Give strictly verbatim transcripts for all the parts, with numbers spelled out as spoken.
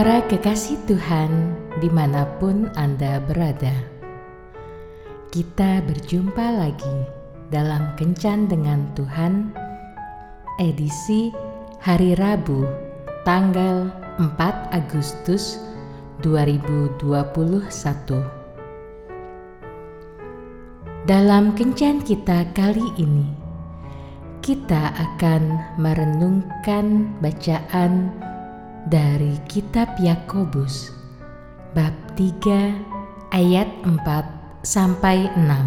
Para kekasih Tuhan, dimanapun Anda berada, kita berjumpa lagi dalam Kencan dengan Tuhan, edisi hari Rabu, tanggal empat Agustus dua ribu dua puluh satu. Dalam Kencan kita kali ini, kita akan merenungkan bacaan dari kitab Yakobus bab tiga ayat empat sampai enam.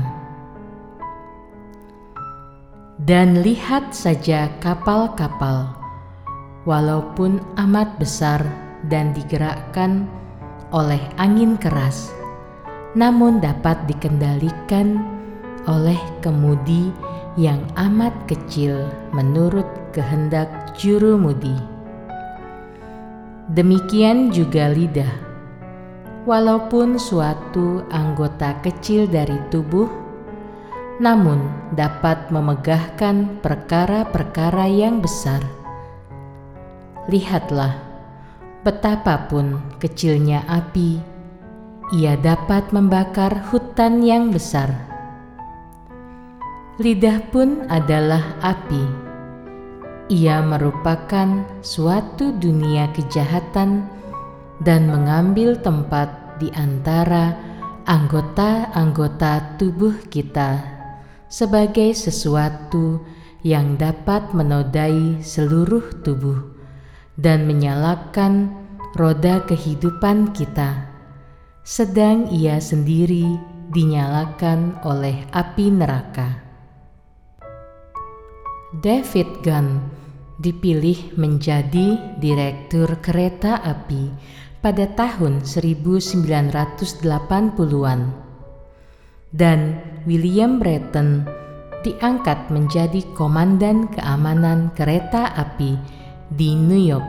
Dan lihat saja kapal-kapal, walaupun amat besar dan digerakkan oleh angin keras, namun dapat dikendalikan oleh kemudi yang amat kecil menurut kehendak jurumudi. Demikian juga lidah, walaupun suatu anggota kecil dari tubuh, namun dapat memegahkan perkara-perkara yang besar. Lihatlah, betapapun kecilnya api, ia dapat membakar hutan yang besar. Lidah pun adalah api. Ia merupakan suatu dunia kejahatan dan mengambil tempat di antara anggota-anggota tubuh kita sebagai sesuatu yang dapat menodai seluruh tubuh dan menyalakan roda kehidupan kita, sedang ia sendiri dinyalakan oleh api neraka. David Gunn dipilih menjadi direktur kereta api pada tahun seribu sembilan ratus delapan puluhan dan William Breton diangkat menjadi komandan keamanan kereta api di New York.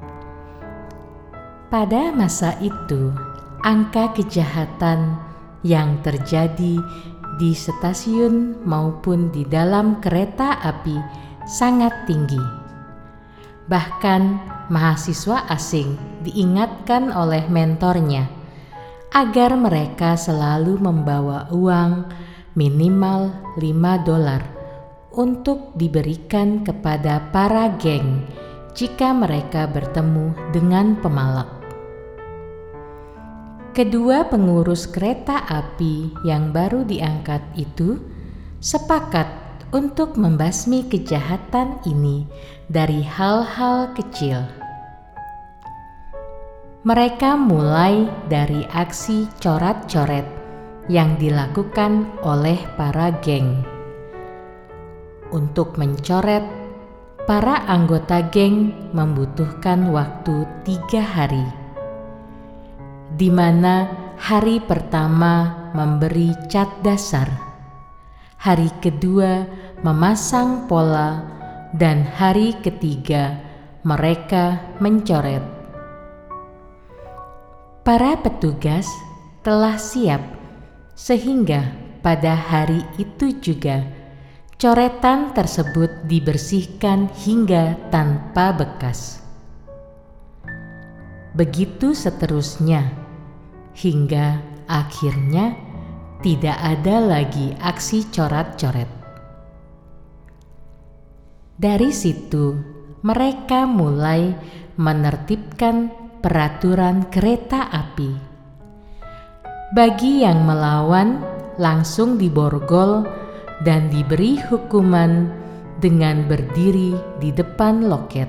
Pada masa itu, angka kejahatan yang terjadi di stasiun maupun di dalam kereta api sangat tinggi. Bahkan mahasiswa asing diingatkan oleh mentornya agar mereka selalu membawa uang minimal lima dolar untuk diberikan kepada para geng jika mereka bertemu dengan pemalak. Kedua pengurus kereta api yang baru diangkat itu sepakat untuk membasmi kejahatan ini dari hal-hal kecil. Mereka mulai dari aksi coret-coret yang dilakukan oleh para geng. Untuk mencoret, para anggota geng membutuhkan waktu tiga hari, di mana hari pertama memberi cat dasar, hari kedua memasang pola, dan hari ketiga mereka mencoret. Para petugas telah siap sehingga pada hari itu juga coretan tersebut dibersihkan hingga tanpa bekas. Begitu seterusnya, hingga akhirnya tidak ada lagi aksi coret-coret. Dari situ, mereka mulai menertibkan peraturan kereta api. Bagi yang melawan, langsung diborgol dan diberi hukuman dengan berdiri di depan loket.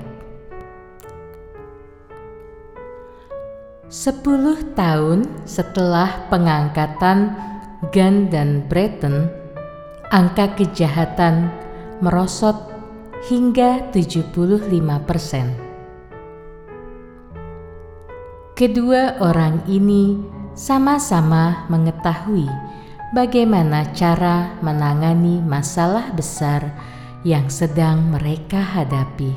Sepuluh tahun setelah pengangkatan Gunn dan Breton, angka kejahatan merosot hingga tujuh puluh lima persen. Kedua orang ini sama-sama mengetahui bagaimana cara menangani masalah besar yang sedang mereka hadapi.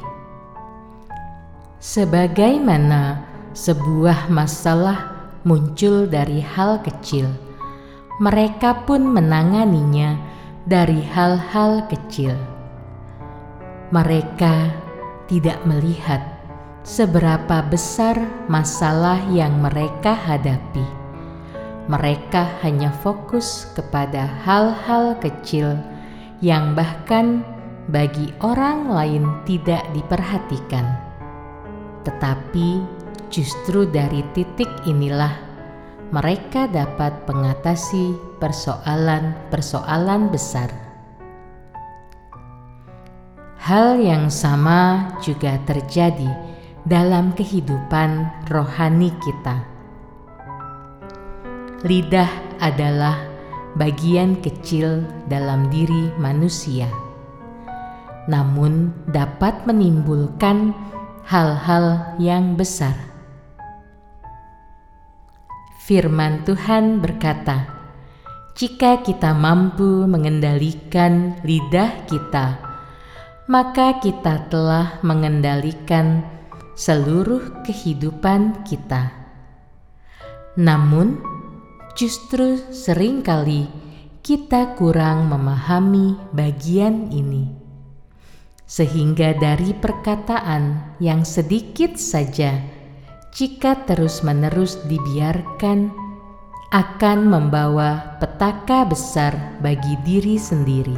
Sebagaimana sebuah masalah muncul dari hal kecil, mereka pun menanganinya dari hal-hal kecil. Mereka tidak melihat seberapa besar masalah yang mereka hadapi. Mereka hanya fokus kepada hal-hal kecil yang bahkan bagi orang lain tidak diperhatikan. Tetapi justru dari titik inilah mereka dapat mengatasi persoalan-persoalan besar. Hal yang sama juga terjadi dalam kehidupan rohani kita. Lidah adalah bagian kecil dalam diri manusia, namun dapat menimbulkan hal-hal yang besar. Firman Tuhan berkata, "Jika kita mampu mengendalikan lidah kita, maka kita telah mengendalikan seluruh kehidupan kita." Namun, justru seringkali kita kurang memahami bagian ini, sehingga dari perkataan yang sedikit saja, jika terus-menerus dibiarkan, akan membawa petaka besar bagi diri sendiri.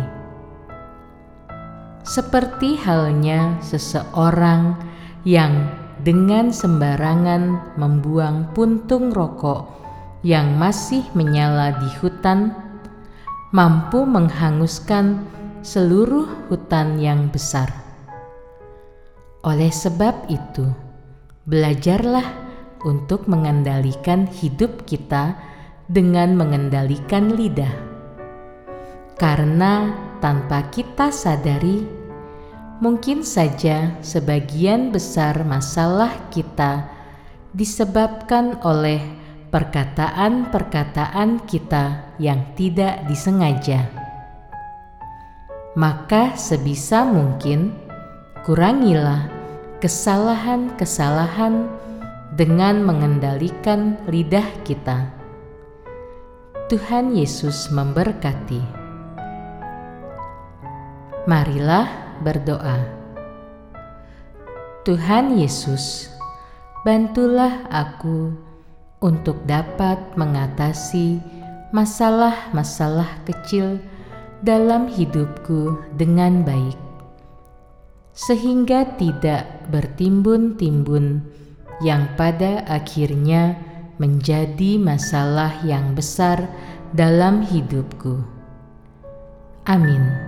Seperti halnya seseorang yang dengan sembarangan membuang puntung rokok yang masih menyala di hutan, mampu menghanguskan seluruh hutan yang besar. Oleh sebab itu, belajarlah untuk mengendalikan hidup kita dengan mengendalikan lidah. Karena tanpa kita sadari, mungkin saja sebagian besar masalah kita disebabkan oleh perkataan-perkataan kita yang tidak disengaja. Maka sebisa mungkin kurangilah kesalahan-kesalahan dengan mengendalikan lidah kita. Tuhan Yesus memberkati. Marilah berdoa. Tuhan Yesus, bantulah aku untuk dapat mengatasi masalah-masalah kecil dalam hidupku dengan baik, sehingga tidak bertimbun-timbun yang pada akhirnya menjadi masalah yang besar dalam hidupku. Amin.